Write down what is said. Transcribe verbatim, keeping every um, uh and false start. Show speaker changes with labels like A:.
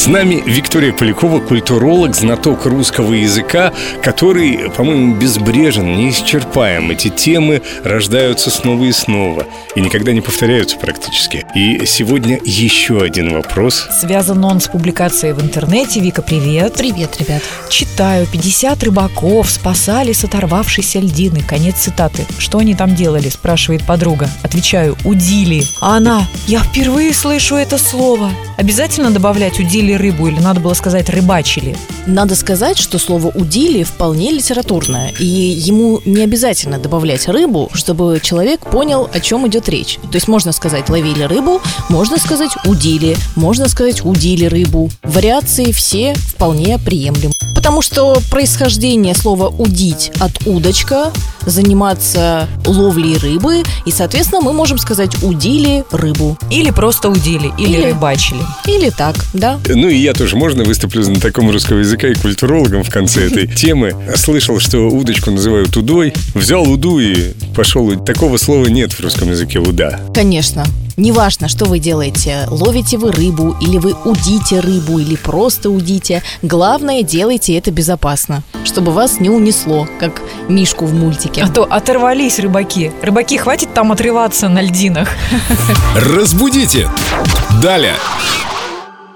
A: С нами Виктория Полякова, культуролог, знаток русского языка, который, по-моему, безбрежен, неисчерпаем. Эти темы рождаются снова и снова и никогда не повторяются практически. И сегодня еще один вопрос.
B: Связан он с публикацией в интернете. Вика, привет.
C: Привет, ребят.
B: Читаю: пятьдесят рыбаков спасали с оторвавшейся льдины. Конец цитаты. Что они там делали, спрашивает подруга. Отвечаю: удили. А она: я впервые слышу это слово. Обязательно добавлять удили рыбу или надо было сказать рыбачили?
C: Надо сказать, что слово «удили» вполне литературное, и ему не обязательно добавлять рыбу, чтобы человек понял, о чем идет речь. То есть можно сказать «ловили рыбу», можно сказать «удили», можно сказать «удили рыбу». Вариации все вполне приемлемы. Потому что происхождение слова «удить» от «удочка», заниматься ловлей рыбы, и, соответственно, мы можем сказать «удили рыбу».
B: Или просто удили, или,
C: Или-
B: рыбачили.
C: Или так, да.
A: Ну и я тоже, можно, выступлю знатоком русского языка и культурологом в конце этой темы. Слышал, что удочку называют удой. Взял уду и пошел. Такого слова нет в русском языке «уда».
C: Конечно. Неважно, что вы делаете, ловите вы рыбу, или вы удите рыбу, или просто удите. Главное, делайте это безопасно, чтобы вас не унесло, как мишку в мультике.
B: А то оторвались рыбаки. Рыбаки, хватит там отрываться на льдинах.
D: Разбудите! Далее!